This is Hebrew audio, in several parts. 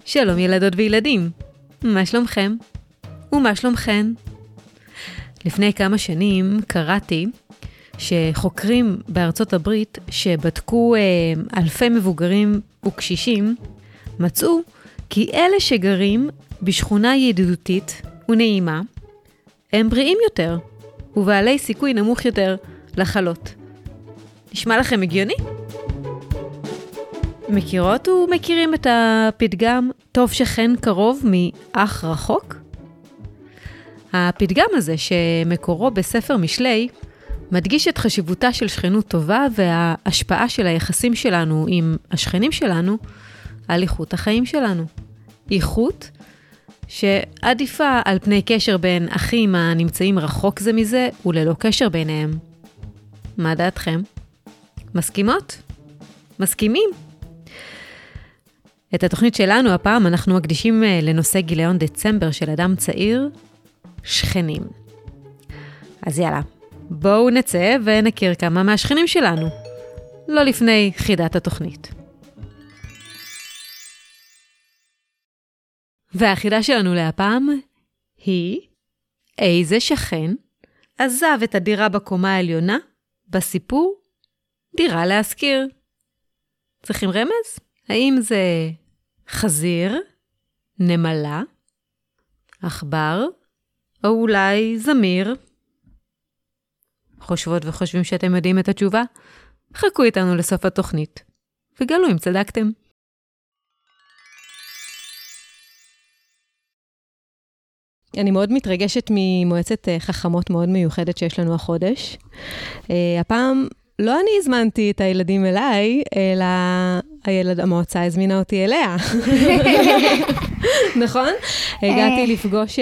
שלום ילדות וילדים, מה שלומכם? ומה שלומכן? לפני כמה שנים קראתי שחוקרים בארצות הברית שבדקו אלפי מבוגרים וקשישים, מצאו כי אלה שגרים בשכונה ידידותית ונעימה, הם בריאים יותר ובעלי סיכוי נמוך יותר לחלות. נשמע לכם הגיוני? מכירות ומכירים את הפתגם טוב שכן קרוב מאח רחוק? הפתגם הזה שמקורו בספר משלי מדגיש את חשיבותה של שכנות טובה וההשפעה של היחסים שלנו עם השכנים שלנו על איכות החיים שלנו. איכות שעדיפה על פני קשר בין אחים הנמצאים רחוק זה מזה וללא קשר ביניהם. מה דעתכם? מסכימות? מסכימים? את התוכנית שלנו הפעם אנחנו מקדישים לנושא גיליון דצמבר של אדם צעיר, שכנים. אז יאללה, בואו נצא ונכיר כמה מהשכנים שלנו, לא לפני חידת התוכנית. והחידה שלנו להפעם היא, איזה שכן עזב את הדירה בקומה העליונה בסיפור דירה להשכיר? צריכים רמז? האם זה חזיר, נמלה, עכבר, או אולי זמיר? חושבות וחושבים שאתם יודעים את התשובה? חכו איתנו לסוף התוכנית, וגלו אם צדקתם. אני מאוד מתרגשת ממועצת חכמות מאוד מיוחדת שיש לנו החודש. הפעם לא אני הזמנתי את הילדים אליי, אלא המועצה הזמינה אותי אליה. נכון? הגעתי לפגוש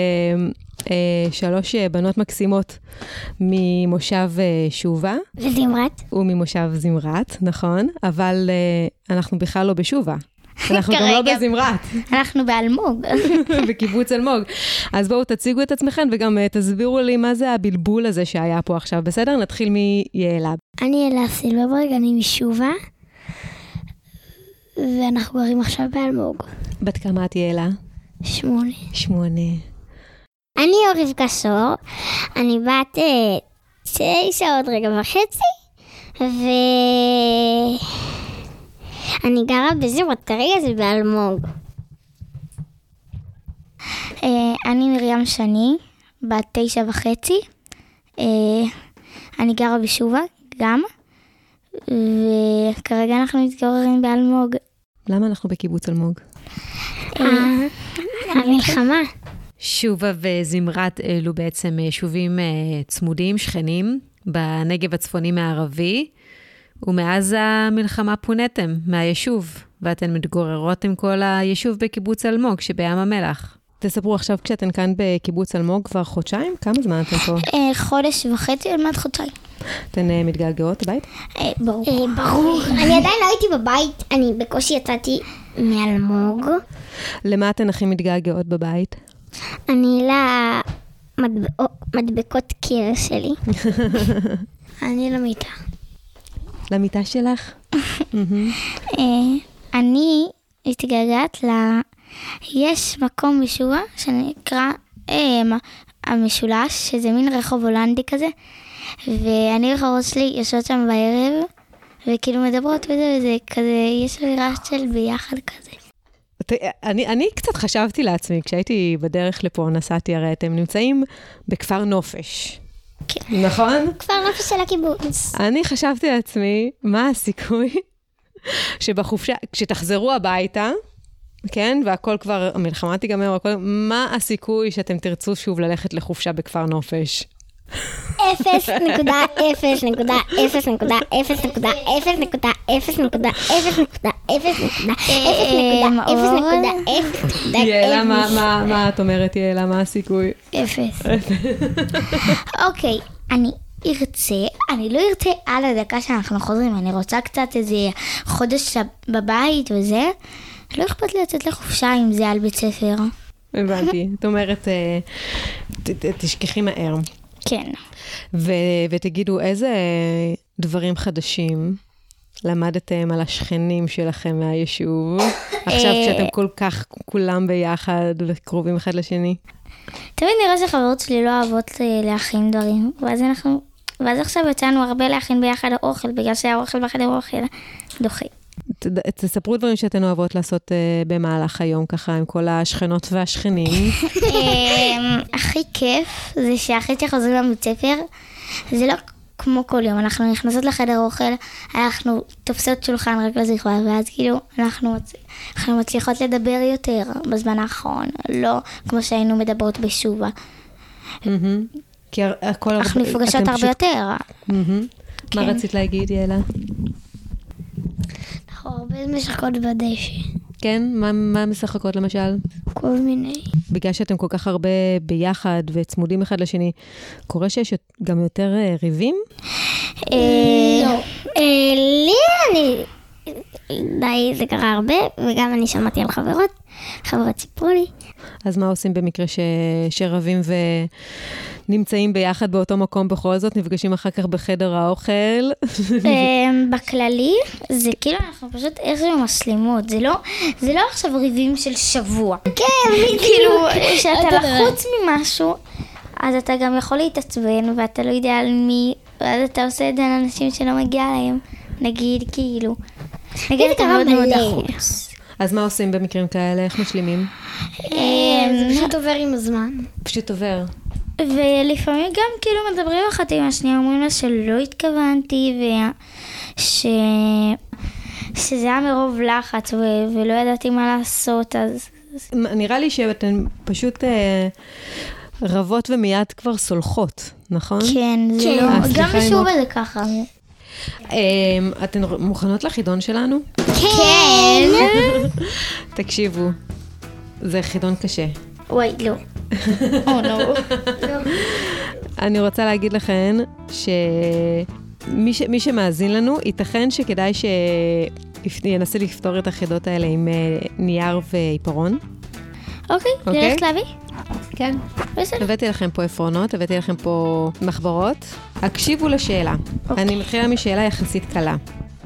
3 בנות מקסימות ממושב שובה. וזמרת. וממושב זמרת, נכון. אבל אנחנו בכלל לא בשובה. אנחנו גם לא בזמרת. אנחנו באלמוג. בקיבוץ אלמוג. אז בואו תציגו את עצמכם וגם תסבירו לי מה זה הבלבול הזה שהיה פה עכשיו. בסדר? נתחיל מיעלה. אני אלה סילברברג, אני משובה, ואנחנו גרים עכשיו באלמוג. בת כמה את יעלה? 8. 8. אני רבקה שור, אני בת 9 עוד רגע וחצי, אני גרה בזמרת, כרגע זה באלמוג. אני מרים שני, בת 9.5. אני גרה בשובה גם, וכרגע אנחנו מתגוררים באלמוג. למה אנחנו בקיבוץ אלמוג? המלחמה. שובה וזמרת אלו בעצם יישובים צמודים, שכנים, בנגב הצפוני מערבי, ומאז המלחמה פונתם מהיישוב, ואתן מתגוררות עם כל היישוב בקיבוץ אלמוג שבים המלח. תספרו עכשיו כשאתן כאן בקיבוץ אלמוג כבר חודשיים? כמה זמן אתן פה? 1.5 חודש, עד חודשיים. אתן מתגעגעות לבית? ברור. אני עדיין לא הייתי בבית, אני בקושי יצאתי מאלמוג. למה אתן הכי מתגעגעות בבית? אני למדבקות קיר שלי. אני למיטה. למיטה שלך? אני מתגעגעת יש מקום בשובה שנקרא המשולש, שזה מין רחוב הולנדי כזה, ואני וחברות שלי יושבות שם בערב, וכאילו מדברות וזה כזה, יש אווירה של ביחד כזה. אני קצת חשבתי לעצמי, כשהייתי בדרך לפה, נסעתי, הרי אתם נמצאים בכפר נופש. כן. נכון? כפר נופש של הקיבוץ. אני חשבתי לעצמי, מה הסיכוי שבחופשה, כשתחזרו הביתה, כן, והכל כבר, המלחמה תיגמר, מה הסיכוי שאתם תרצו שוב ללכת לחופשה בכפר נופש? 0.0.0.0.0.0.0.0.0.0. יאללה, מה את אומרת, יאללה, מה הסיכוי? 0. אוקיי, אני לא ארצה על הדקה שאנחנו חוזרים, אני רוצה קצת איזה חודש בבית וזה, לא אכפת לי לצאת לחופשה אם זה על בית ספר. הבנתי, את אומרת, תשכחי מהר. כן. ותגידו, איזה דברים חדשים למדתם על השכנים שלכם מהיישוב? עכשיו כשאתם כל כך כולם ביחד וקרובים אחד לשני? תמיד נראה שחברות שלי לא אוהבות להכין דברים, ואז עכשיו יצאנו הרבה להכין ביחד אוכל, בגלל שהאוכל בחדר אוכל דוחה. תספרו דברים שאתן אוהבות לעשות במהלך היום, ככה עם כל השכנות והשכנים. הכי כיף זה שאחרי שחוזרים לבית ספר, זה לא כמו כל יום, אנחנו נכנסות לחדר אוכל, אנחנו תופסות שולחן רק לזכרה, ואז כאילו אנחנו מצליחות לדבר יותר בזמן האחרון, לא כמו שהיינו מדברות בשובה. אנחנו נפגשות הרבה יותר. מה רצית להגיד, יאלה? אנחנו הרבה משחקות בדשא. כן? מה משחקות למשל? כל מיני. בגלל שאתם כל כך הרבה ביחד וצמודים אחד לשני, קורה שיש גם יותר ריבים? לא. לי די זה קרה הרבה, וגם אני שמעתי על חברות סיפרו לי. אז מה עושים במקרה שרבים ונמצאים ביחד באותו מקום בכל זאת, נפגשים אחר כך בחדר האוכל? בכללי, זה כאילו אנחנו פשוט איכשהו משלימות, זה לא עכשיו ריבים של שבוע. כן, כאילו, שאתה לחוץ ממשהו, אז אתה גם יכול להתעצבן, ואתה לא יודע על מי, ואז אתה עושה את זה על אנשים שלא מגיע להם, נגיד כאילו. נגיד אתה מאוד מאוד לחוץ. אז מה עושים במקרים כאלה? איך משלימים? זה פשוט עובר עם הזמן. פשוט עובר. ולפעמים גם כאילו מדברים אחת עם השנייה, אומרים לה שלא התכוונתי, שזה היה מרוב לחץ ולא ידעתי מה לעשות, אז... נראה לי שאתן פשוט רבות ומיד כבר סולחות, נכון? כן, זה לא... גם בשוב זה ככה. אתן מוכנות לחידון שלנו? כן! תקשיבו, זה חידון קשה. וואי, לא. לא. אני רוצה להגיד לכן שמי שמאזין לנו, ייתכן שכדאי שינסה לפתור את החידות האלה עם נייר ועיפרון. אוקיי, נלכת להביא? כן. הבאתי לכם פה עפרונות, הבאתי לכם פה מחברות. הקשיבו לשאלה. אני מתחילה משאלה יחסית קלה.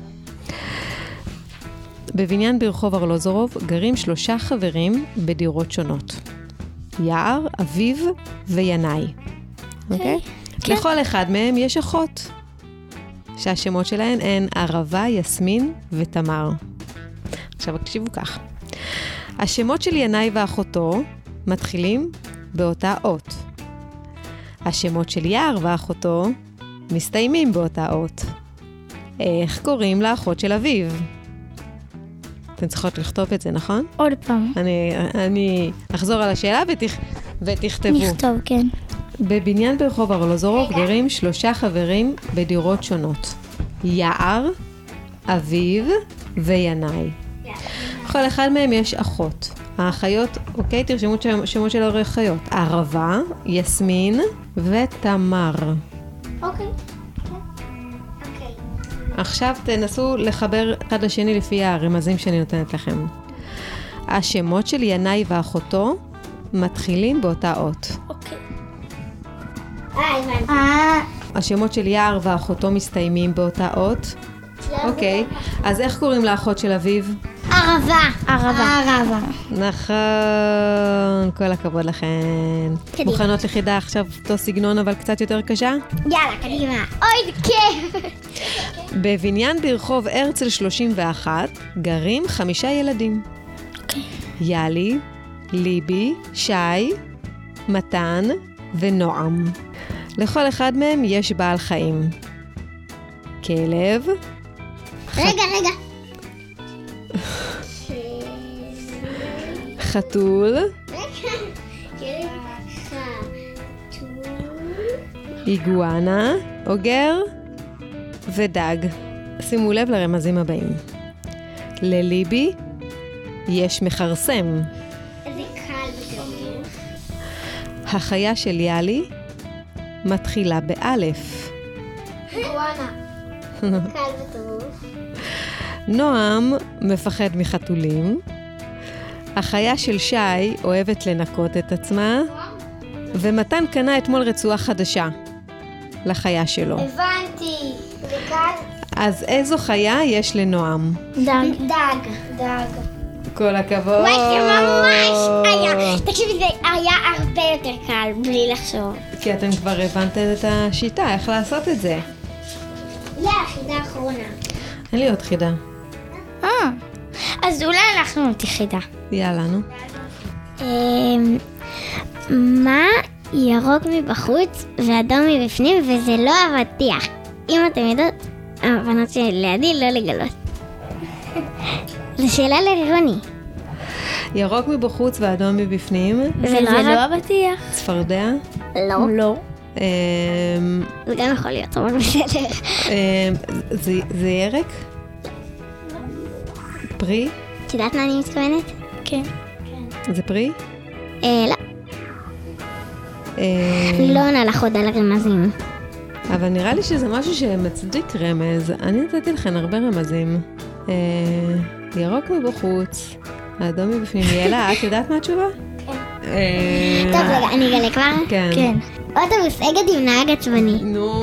בבניין ברחוב ארלוזורוב גרים 3 חברים בדירות שונות. יער, אביב וינאי. אוקיי? לכל אחד מהם יש אחות, שהשמות שלהן הן ערבה, יסמין ותמר. עכשיו הקשיבו כך. השמות של ינאי ואחותו מתחילים באותה אות. השמות של יער ואחותו מסתיימים באותה אות. איך קוראים לאחות של אביב? אתן צריכות לכתוב את זה, נכון? עוד פעם. אני אחזור על השאלה ותכתבו. נכתוב, כן. בבניין ברחוב ארלוזורוב גרים 3 חברים בדירות שונות. יער, אביב וינאי. כל אחד מהם יש אחות. האחיות, אוקיי, תרשמו את שמות של האחיות. ערבה, יסמין ותמר. אוקיי. עכשיו תנסו לחבר אחד לשני לפי הרמזים שאני נותנת לכם. השמות של ינאי ואחותו מתחילים באותה אות. אוקיי. השמות של יער ואחותו מסתיימים באותה אות. אוקיי. אז איך קוראים לאחות של אביב? ערבה. נכון, כל הכבוד לכן. מוכנות לחידה עכשיו אותו סגנון אבל קצת יותר קשה? יאללה, קדימה. אוי, כיף. בבניין ברחוב הרצל 31 גרים 5 ילדים. יאלי, ליבי, שי, מתן ונועם. לכל אחד מהם יש בעל חיים. כלב. רגע. חתול. איגואנה, אוגר ודג. שימו לב לרמזים הבאים. לליבי יש מחרסם. איזה קל וטוב. החיה של יאלי מתחילה באלף. איגואנה. קל וטוב. נועם מפחד מחתולים. החיה של שי אוהבת לנקות את עצמה. ומתן קנה אתמול רצועה חדשה לחיה שלו. הבנתי. זה קל? אז איזו חיה יש לנועם? דג. כל הכבוד. וואי, זה ממש היה. תקשיבי, זה היה הרבה יותר קל, בלי לחשוב. כי אתם כבר הבנתם את השיטה, איך לעשות את זה. זה החידה האחרונה. אין לי עוד חידה. אז אולי אנחנו נתחיל חידה. יאללה, נו. מה ירוק מבחוץ ואדום מבפנים וזה לא אבטיח? אם אתם יודעות, הבנות שלידי לא לגלות. זו שאלה לרוני. ירוק מבחוץ ואדום מבפנים. וזה לא אבטיח. צפרדע? לא. זה גם יכול להיות, אבל בסדר. זה ירק? פרי? את יודעת מה אני מתכוונת? כן. זה פרי? לא. לא עונה לך עוד על הרמזים. אבל נראה לי שזה משהו שמצדיק רמז. אני נתתי לכם הרבה רמזים. ירוק מבחוץ, האדום מבפנים. יאללה, את יודעת מה התשובה? כן. טוב, רגע, אני אגלה כבר? כן. אוטובוס אגד עם נהג עצבני. נו.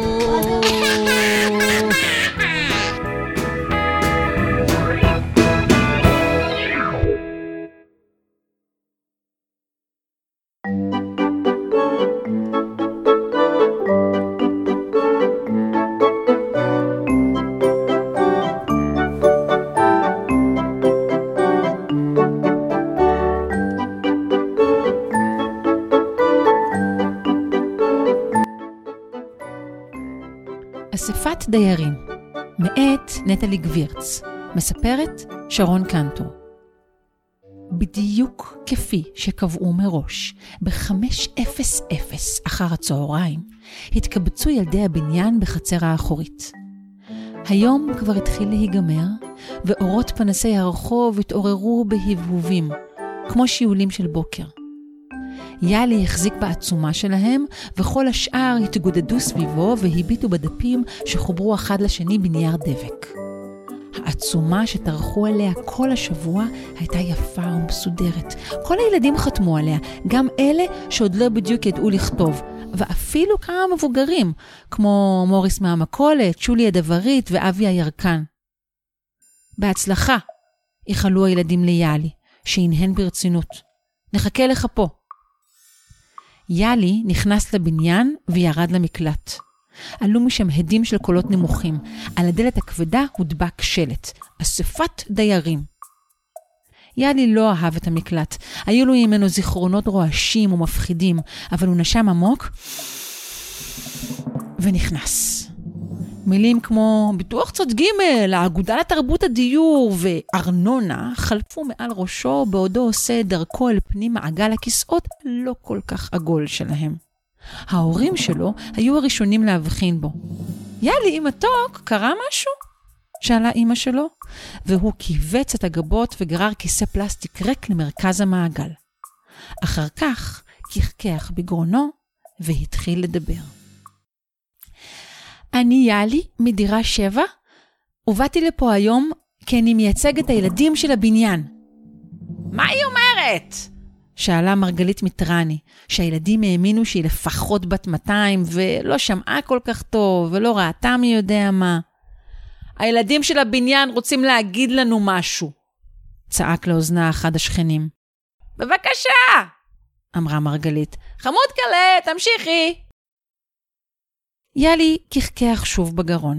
אספת דיירים, מאת נטלי גבירץ, מספרת שרון קנטור. בדיוק כפי שקבעו מראש, ב-5:00 אחר הצהריים, התקבצו ילדי הבניין בחצר האחורית. היום כבר התחיל להיגמר, ואורות פנסי הרחוב התעוררו בהבהובים, כמו שיעולים של בוקר. יאלי החזיק בעצומה שלהם, וכל השאר התגודדו סביבו והביטו בדפים שחוברו אחד לשני בנייר דבק. העצומה שטרחו עליה כל השבוע הייתה יפה ומסודרת. כל הילדים חתמו עליה, גם אלה שעוד לא בדיוק ידעו לכתוב, ואפילו כמה מבוגרים, כמו מוריס מהמכולת, שולי הדברית ואבי הירקן. בהצלחה, יחלו הילדים ליאלי, שהנהן ברצינות. נחכה לך פה. יאלי נכנס לבניין וירד למקלט. עלו משם הדים של קולות נמוכים. על הדלת הכבדה הודבק שלט, אספת דיירים. יאלי לא אהב את המקלט. היו לו ממנו זיכרונות רועשים ומפחידים, אבל הוא נשם עמוק ונכנס. מילים כמו ביטוח צד ג', האגודה לתרבות הדיור וארנונה חלפו מעל ראשו בעודו עושה דרכו אל פנים מעגל הכיסאות לא כל כך עגול שלהם. ההורים שלו היו הראשונים להבחין בו. יאלי, מתוק, קרה משהו? שאלה אמא שלו, והוא קיבץ את הגבות וגרר כיסא פלסטיק ריק למרכז המעגל. אחר כך קחקח בגרונו והתחיל לדבר. אני יאלי מדירה 7, ובאתי לפה היום כי אני מייצג את הילדים של הבניין. מה היא אומרת? שאלה מרגלית מטרני, שהילדים האמינו שהיא לפחות בת 200 ולא שמעה כל כך טוב ולא ראתה מי יודע מה. הילדים של הבניין רוצים להגיד לנו משהו, צעק לאוזנה אחד השכנים. בבקשה, אמרה מרגלית. חמוד קלה, תמשיכי. יאלי קחקח שוב בגרון.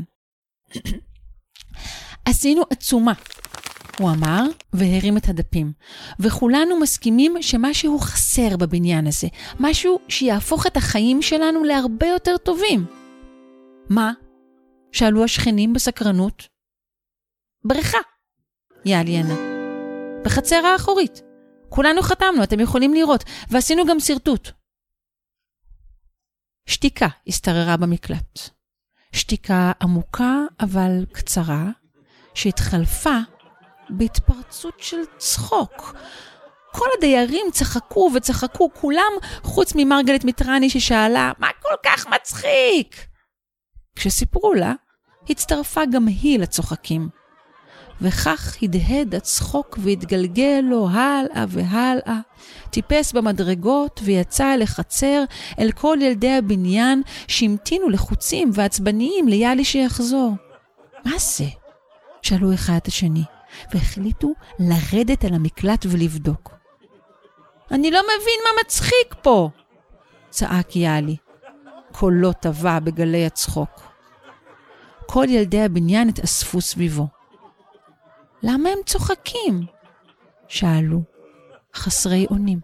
עשינו עצומה, הוא אמר והרים את הדפים, וכולנו מסכימים שמשהו חסר בבניין הזה, משהו שיהפוך את החיים שלנו להרבה יותר טובים. מה? שאלו השכנים בסקרנות. בריכה, יאלי ענה. בחצר האחורית. כולנו חתמנו, אתם יכולים לראות, ועשינו גם סרטוט. שתיקה הסתררה במקלט. שתיקה עמוקה אבל קצרה, שהתחלפה בהתפרצות של צחוק. כל הדיירים צחקו וצחקו, כולם חוץ ממרגלית מטרני ששאלה, מה כל כך מצחיק? כשסיפרו לה, הצטרפה גם היא לצוחקים. וכך הדהד הצחוק והתגלגל לו הלאה והלאה, טיפס במדרגות ויצא לחצר אל כל ילדי הבניין שהמתינו לחוצים ועצבניים ליאלי שיחזור. מה זה? שאלו אחד את השני, והחליטו לרדת על המקלט ולבדוק. אני לא מבין מה מצחיק פה, צעק יאלי. קולו טבע בגלי הצחוק. כל ילדי הבניין התאספו סביבו. למה הם צוחקים? שאלו, חסרי אונים.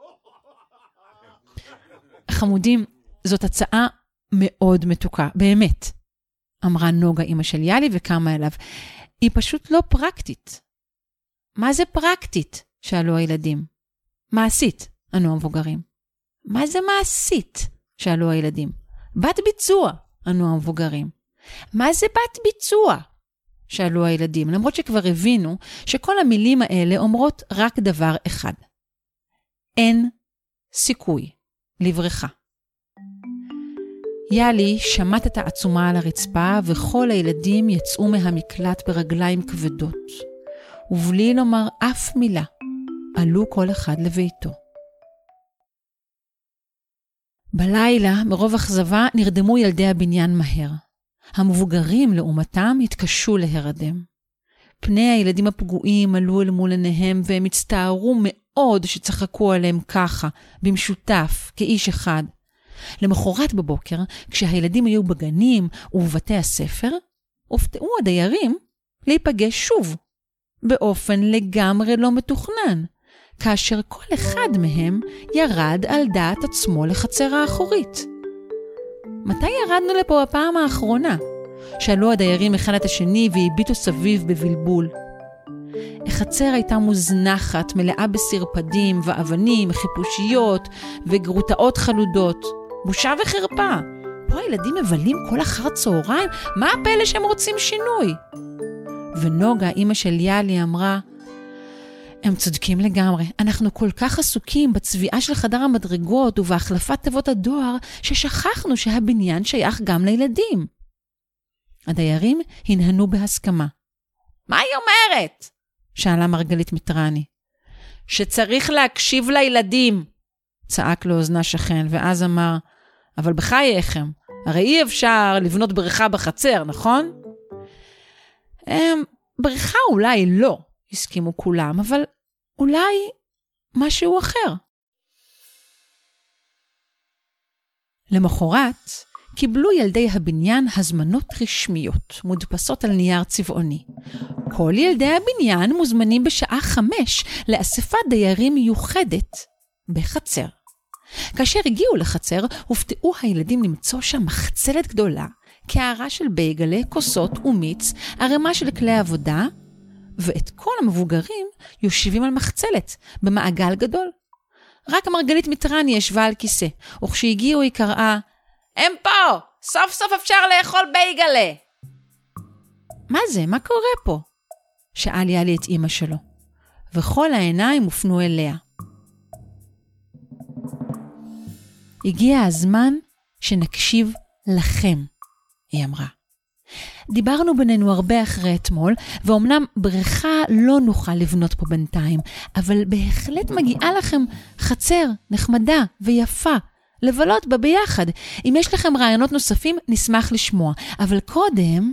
חמודים, זאת הצעה מאוד מתוקה, באמת, אמרה נוגה אמא של יאלי וקמה אליו. היא פשוט לא פרקטית. מה זה פרקטית? שאלו הילדים. מעשית, ענו המבוגרים. מה זה מעשית? שאלו הילדים. בת ביצוע, ענו המבוגרים. מה זה בת ביצוע? שאלו הילדים, למרות שכבר הבינו שכל המילים האלה אומרות רק דבר אחד. אין סיכוי לברכה. יאלי שמט את העצומה על הרצפה, וכל הילדים יצאו מהמקלט ברגליים כבדות. ובלי לומר אף מילה, עלו כל אחד לביתו. בלילה, מרוב אכזבה, נרדמו ילדי הבניין מהר. המבוגרים לעומתם התקשו להרדם. פני הילדים הפגועים עלו אל מול עיניהם, והם הצטערו מאוד שצחקו עליהם ככה, במשותף, כאיש אחד. למחרת בבוקר, כשהילדים היו בגנים ובבתי הספר, הופתעו הדיירים להיפגש שוב, באופן לגמרי לא מתוכנן, כאשר כל אחד מהם ירד על דעת עצמו לחצר האחורית. מתי ירדנו לפה הפעם האחרונה? שאלו הדיירים אחד את השני והביטו סביב בבלבול. החצר הייתה מוזנחת, מלאה בסרפדים ואבנים, חיפושיות וגרוטאות חלודות. בושה וחרפה. פה הילדים מבלים כל אחר צהריים, מה הפלא שהם רוצים שינוי? ונוגה, אמא של יאלי, אמרה, הם צודקים לגמרי, אנחנו כל כך עסוקים בצביעה של חדר המדרגות ובהחלפת תיבות הדואר, ששכחנו שהבניין שייך גם לילדים. הדיירים הנהנו בהסכמה. מה היא אומרת? שאלה מרגלית מטרני. שצריך להקשיב לילדים, צעק לאוזנה שכן, ואז אמר, אבל בחייכם, הרי אי אפשר לבנות בריכה בחצר, נכון? בריכה אולי לא, הסכימו כולם, אבל אולי משהו אחר. למחרת קיבלו ילדי הבניין הזמנות רשמיות, מודפסות על נייר צבעוני. כל ילדי הבניין מוזמנים בשעה 5 לאספת דיירים מיוחדת בחצר. כאשר הגיעו לחצר, הופתעו הילדים למצוא שם מחצלת גדולה, קערה של בייגלה, כוסות ומיץ, ערימה של כלי עבודה, ואת כל המבוגרים יושבים על מחצלת במעגל גדול. רק מרגלית מטרני ישבה על כיסא, וכשהגיעו היא קראה, הם פה! סוף סוף אפשר לאכול בייגלה! מה זה? מה קורה פה? שאל יאלי את אמא שלו, וכל העיניים הופנו אליה. הגיע הזמן שנקשיב לכם, היא אמרה. דיברנו בינינו הרבה אחרי אתמול, ואומנם בריכה לא נוכל לבנות פה בינתיים, אבל בהחלט מגיעה לכם חצר נחמדה ויפה, לבלות בה ביחד. אם יש לכם רעיונות נוספים, נשמח לשמוע. אבל קודם...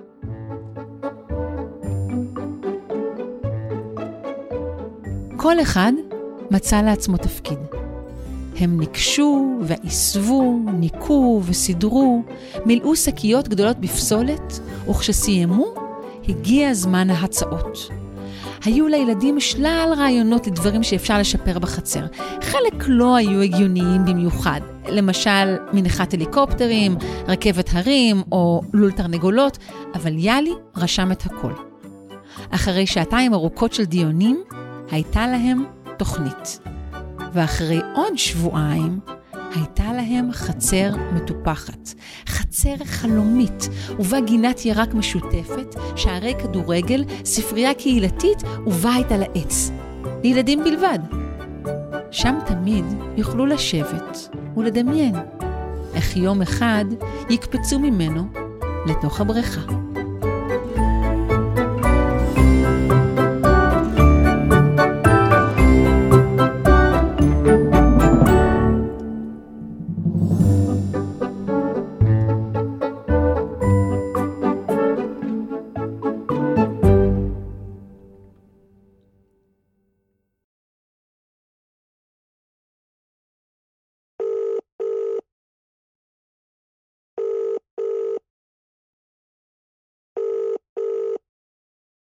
כל אחד מצא לעצמו תפקיד. הם ניקשו ועיסבו, ניקו וסידרו, מילאו שקיות גדולות בפסולת, וכשסיימו, הגיע זמן ההצעות. היו לילדים שלל רעיונות לדברים שאפשר לשפר בחצר. חלק לא היו הגיוניים במיוחד, למשל מנחת הליקופטרים, רכבת הרים או לול תרנגולות, אבל יאלי רשם את הכל. אחרי 2 ארוכות של דיונים, הייתה להם תוכנית. ואחרי עוד 2 שבועות, הייתה להם חצר מטופחת, חצר חלומית, ובה גינת ירק משותפת, שערי כדורגל, ספרייה קהילתית ובית על העץ. לילדים בלבד. שם תמיד יוכלו לשבת ולדמיין, איך יום אחד יקפצו ממנו לתוך הבריכה.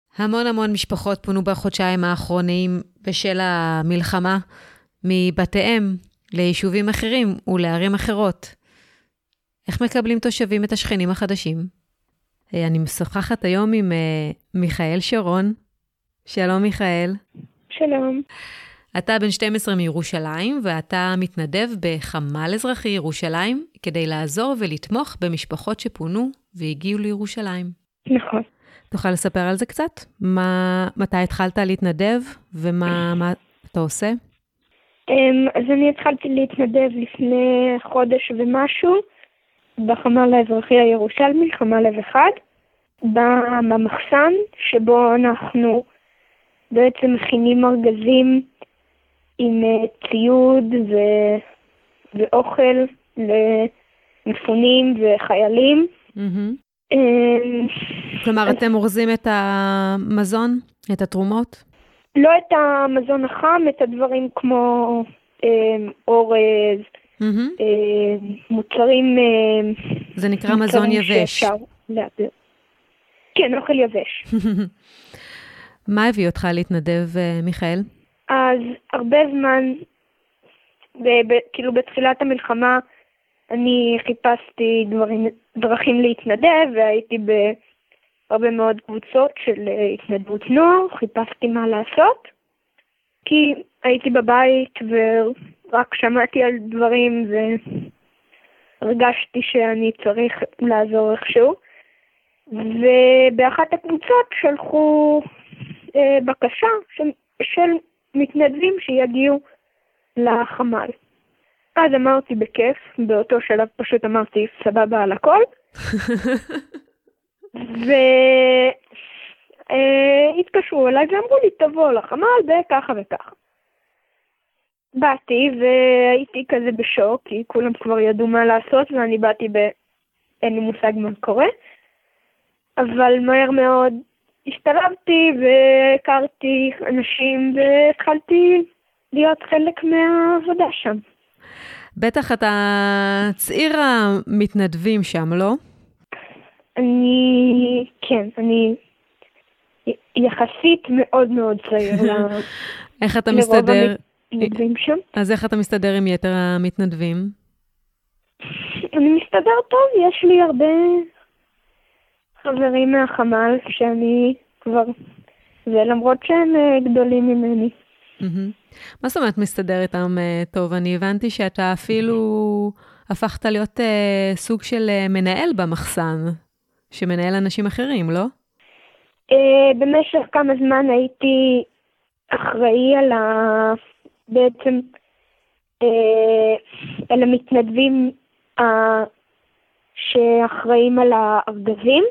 המון משפחות פונו בחודשיים האחרונים בשל המלחמה מבתיהם ליישובים אחרים ולערים אחרות. איך מקבלים תושבים את השכנים החדשים? אני משוחחת היום עם מיכאל שרון. שלום מיכאל. שלום. אתה בן 12 מירושלים, ואתה מתנדב בחמ"ל אזרחי ירושלים, כדי לעזור ולתמוך במשפחות שפונו והגיעו לירושלים. נכון. תוכל לספר על זה קצת? מתי התחלת להתנדב, ומה אתה עושה? אז אני התחלתי להתנדב לפני חודש ומשהו, בחמ"ל האזרחי הירושלמי, חמ"ל לב אחד, במחסן, שבו אנחנו בעצם מכינים ארגזים עם ציוד ואוכל למפונים וחיילים. כלומר, אתם אורזים את המזון, את התרומות? לא את המזון החם, את הדברים כמו אורז, מוצרים... זה נקרא מזון יבש. כן, אוכל יבש. מה הביא אותך להתנדב, מיכאל? אז הרבה זמן, כאילו בתחילת המלחמה, אני חיפשתי דרכים להתנדב, והייתי בהרבה מאוד קבוצות של התנדבות נוער, חיפשתי מה לעשות, כי הייתי בבית ורק שמעתי על דברים והרגשתי שאני צריך לעזור איכשהו, ובאחת הקבוצות שלחו בקשה של מתנדבים שיגיעו לחמ"ל. אז אמרתי בכיף, באותו שלב פשוט אמרתי סבבה על הכל. והתקשרו אליי ואמרו לי תבוא לחמ"ל וככה וככה. באתי והייתי כזה בשוק, כי כולם כבר ידעו מה לעשות, ואני באתי אין לי מושג מה קורה. אבל מהר מאוד השתלבתי והכרתי אנשים והתחלתי להיות חלק מהעבודה שם. בטח אתה צעיר המתנדבים שם, לא? אני יחסית מאוד מאוד צעיר. איך אתה מסתדר? המתנדבים שם. אז איך אתה מסתדר עם יתר המתנדבים? אני מסתדר טוב, יש לי הרבה חברים מהחמ"ל שאני כבר, ולמרות שהם גדולים ממני. מה זאת אומרת מסתדר איתם טוב? אני הבנתי שאתה אפילו הפכת להיות סוג של מנהל במחסן, שמנהל אנשים אחרים, לא? במשך כמה זמן הייתי אחראי בעצם על המתנדבים שאחראים על הארגזים.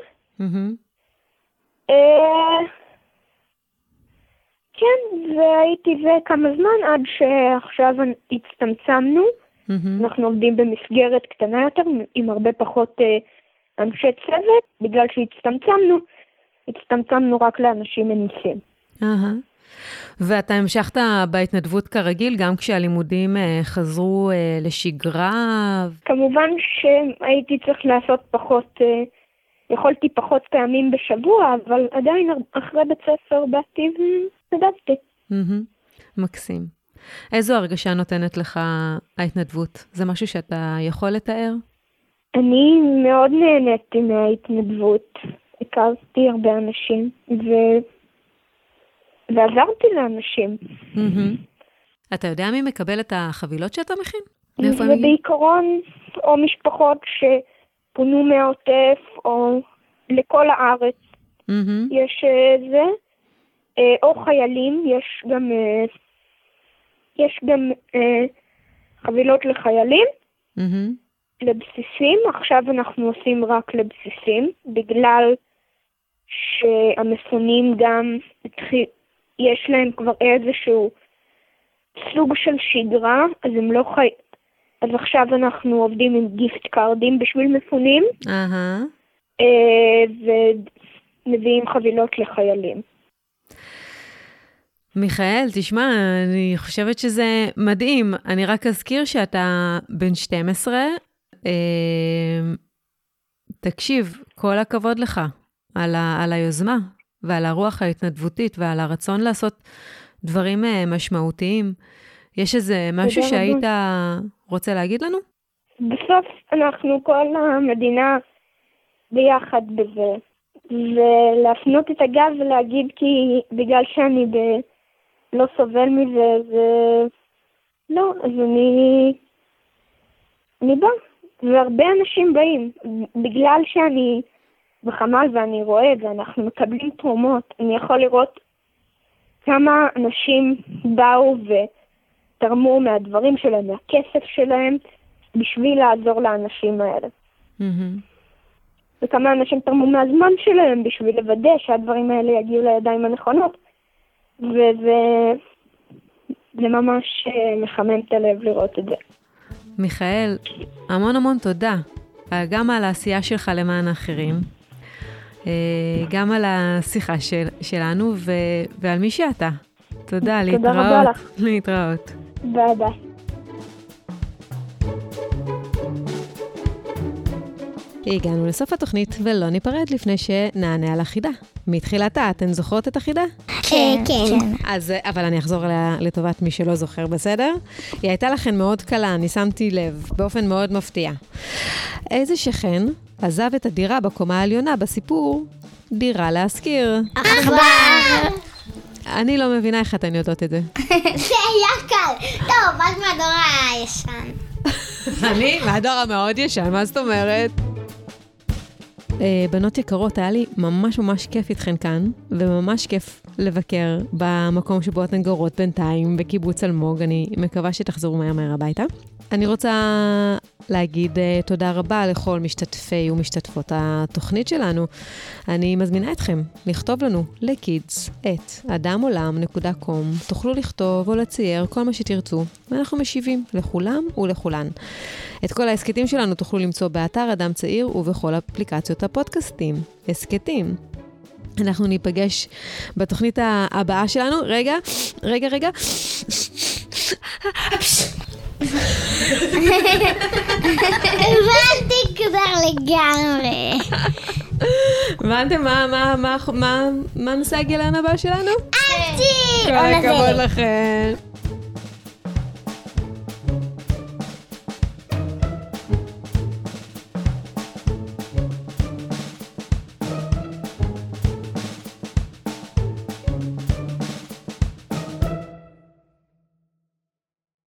כן, והייתי זה כמה זמן עד שעכשיו הצטמצמנו. אנחנו עובדים במסגרת קטנה יותר עם הרבה פחות אנשי צוות, בגלל שהצטמצמנו רק לאנשים מנוסים. ואתה המשכת בהתנדבות כרגיל, גם כשהלימודים חזרו לשגרה? כמובן שהייתי צריך לעשות יכולתי פחות פעמים בשבוע, אבל עדיין אחרי בית ספר באתי ונדבתי. מקסים. איזו הרגשה נותנת לך ההתנדבות? זה משהו שאתה יכול לתאר? אני מאוד נהניתי מההתנדבות. הכרתי הרבה אנשים ועזרתי לאנשים. אתה יודע מי מקבל את החבילות שאתה מכין? זה בעיקרון או משפחות שפונו מהעוטף או לכל הארץ. יש זה, או חיילים, יש גם חבילות לחיילים, לבסיסים. עכשיו אנחנו עושים רק לבסיסים, בגלל שהמפונים גם יש להם כבר איזשהו סוג של שגרה, אז הם לא אז עכשיו אנחנו עובדים עם גיפט קארדים בשביל מפונים, ומביאים חבילות לחיילים. מיכאל, תשמע, אני חושבת שזה מדהים. אני רק אזכיר שאתה בן 12. תקשיב, כל הכבוד לך על היוזמה. ועל הרוח ההתנדבותית ועל הרצון לעשות דברים משמעותיים. יש איזה משהו שהיית רוצה להגיד לנו? בסוף אנחנו כל המדינה ביחד בזה, ולהפנות את הגב ולהגיד כי בגלל שאני לא סובל מזה, לא, אז אני בא, והרבה אנשים באים, בגלל שאני בחמ"ל ואני רואה את זה, אנחנו מקבלים תרומות, אני יכול לראות כמה אנשים באו ותרמו מהדברים שלהם, מהכסף שלהם, בשביל לעזור לאנשים האלה. וכמה אנשים תרמו מהזמן שלהם בשביל לוודא שהדברים האלה יגיעו לידיים הנכונות, וזה ממש מחמם את הלב לראות את זה. מיכאל, המון תודה, גם על העשייה שלך למען האחרים, גם על השיחה שלנו ועל מי שאתה. תודה, להתראות. תודה רבה לך. להתראות. ביי ביי. הגענו לסוף התוכנית ולא ניפרד לפני שנענה על החידה. מתחילתה, אתן זוכרות את החידה? כן. אז, אבל אני אחזור עליה לטובת מי שלא זוכר, בסדר? היא הייתה לכן מאוד קלה, אני שמתי לב, באופן מאוד מפתיע. איזה שכן עזב את הדירה בקומה העליונה בסיפור דירה להשכיר? עכבר! אני לא מבינה איך אתן יודעות את זה. זה היה קל. טוב, רק מהדור הישן. אני? מהדור המאוד ישן, מה זאת אומרת? בנות יקרות, היה לי ממש כיף איתכן כאן, וממש כיף לבקר במקום שבו אתן גרות בינתיים, בקיבוץ אלמוג. אני מקווה שתחזרו מהר הביתה. אני רוצה להגיד תודה רבה לכל משתתפי ומשתתפות התוכנית שלנו. אני מזמינה אתכם לכתוב לנו lekids@adamolam.com. תוכלו לכתוב או לצייר כל מה שתרצו, ואנחנו משיבים לכולם ולכולן. את כל ההסקטים שלנו תוכלו למצוא באתר אדם צעיר ובכל אפליקציות הפודקאסטים. הסקטים. אנחנו ניפגש בתוכנית הבאה שלנו. רגע. הבנתי כבר לגמרי. הבנתם מה נושא הגיליון הבא שלנו? אהבתי! כל הכבוד לכם.